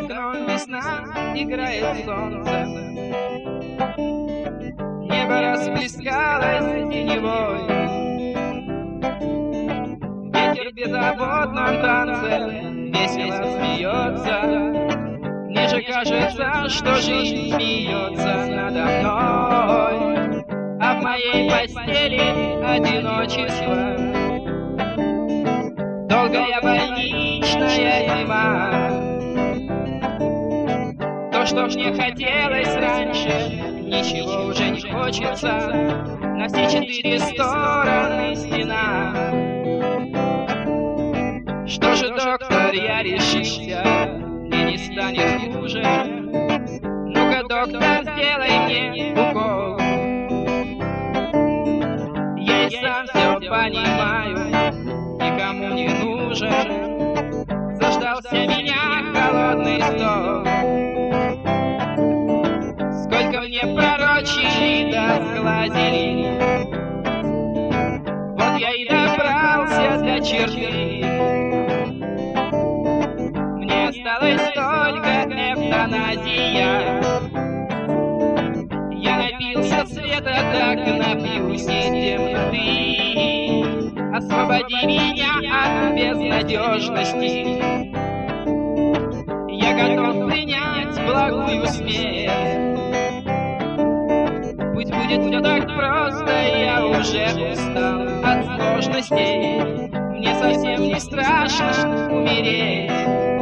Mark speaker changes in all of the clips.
Speaker 1: окном весна, играет солнце. Небо расплескалось теневой. Ветер в беззаботном танце весело смеется. Мне же кажется, что жизнь смеется надо мной, а в моей постели одиночество. Долгая больничная зима. То, что мне хотелось раньше, ничего уже не хочется. На все 4 стороны стена. Что же, доктор, я решился, мне не станет хуже. Ну-ка, доктор, сделай мне укол. Я и сам все понимаю, никому не нужен. Заждался меня холодный стол. Сколько мне пророчили да сглазили, вот я и добрался до черты. Мне осталось только эвтаназия. Я напился света, так напьюсь из темноты. Освободи меня от безнадежности. Я готов принять благую смерть. Пусть будет все так просто, я уже устал от сложностей. Мне совсем не страшно умереть.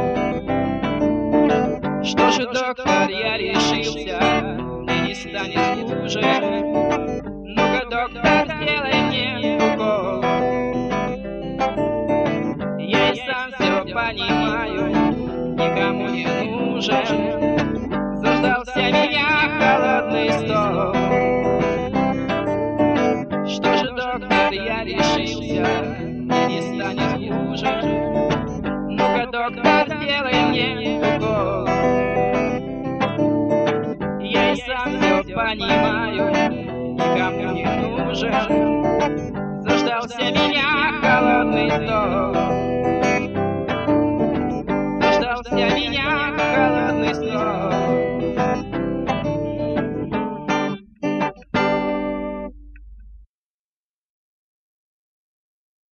Speaker 1: Что же, доктор, я решился, мне не станет хуже. Ну-ка, доктор, сделай мне укол. Я и сам все понимаю, никому не нужен. Заждался меня холодный стол. Что же, доктор, я решился, мне не станет хуже. Ну-ка, доктор, сделай мне укол. Я и сам все понимаю, никому не нужен. Заждался меня холодный стол. Заждался меня холодный стол.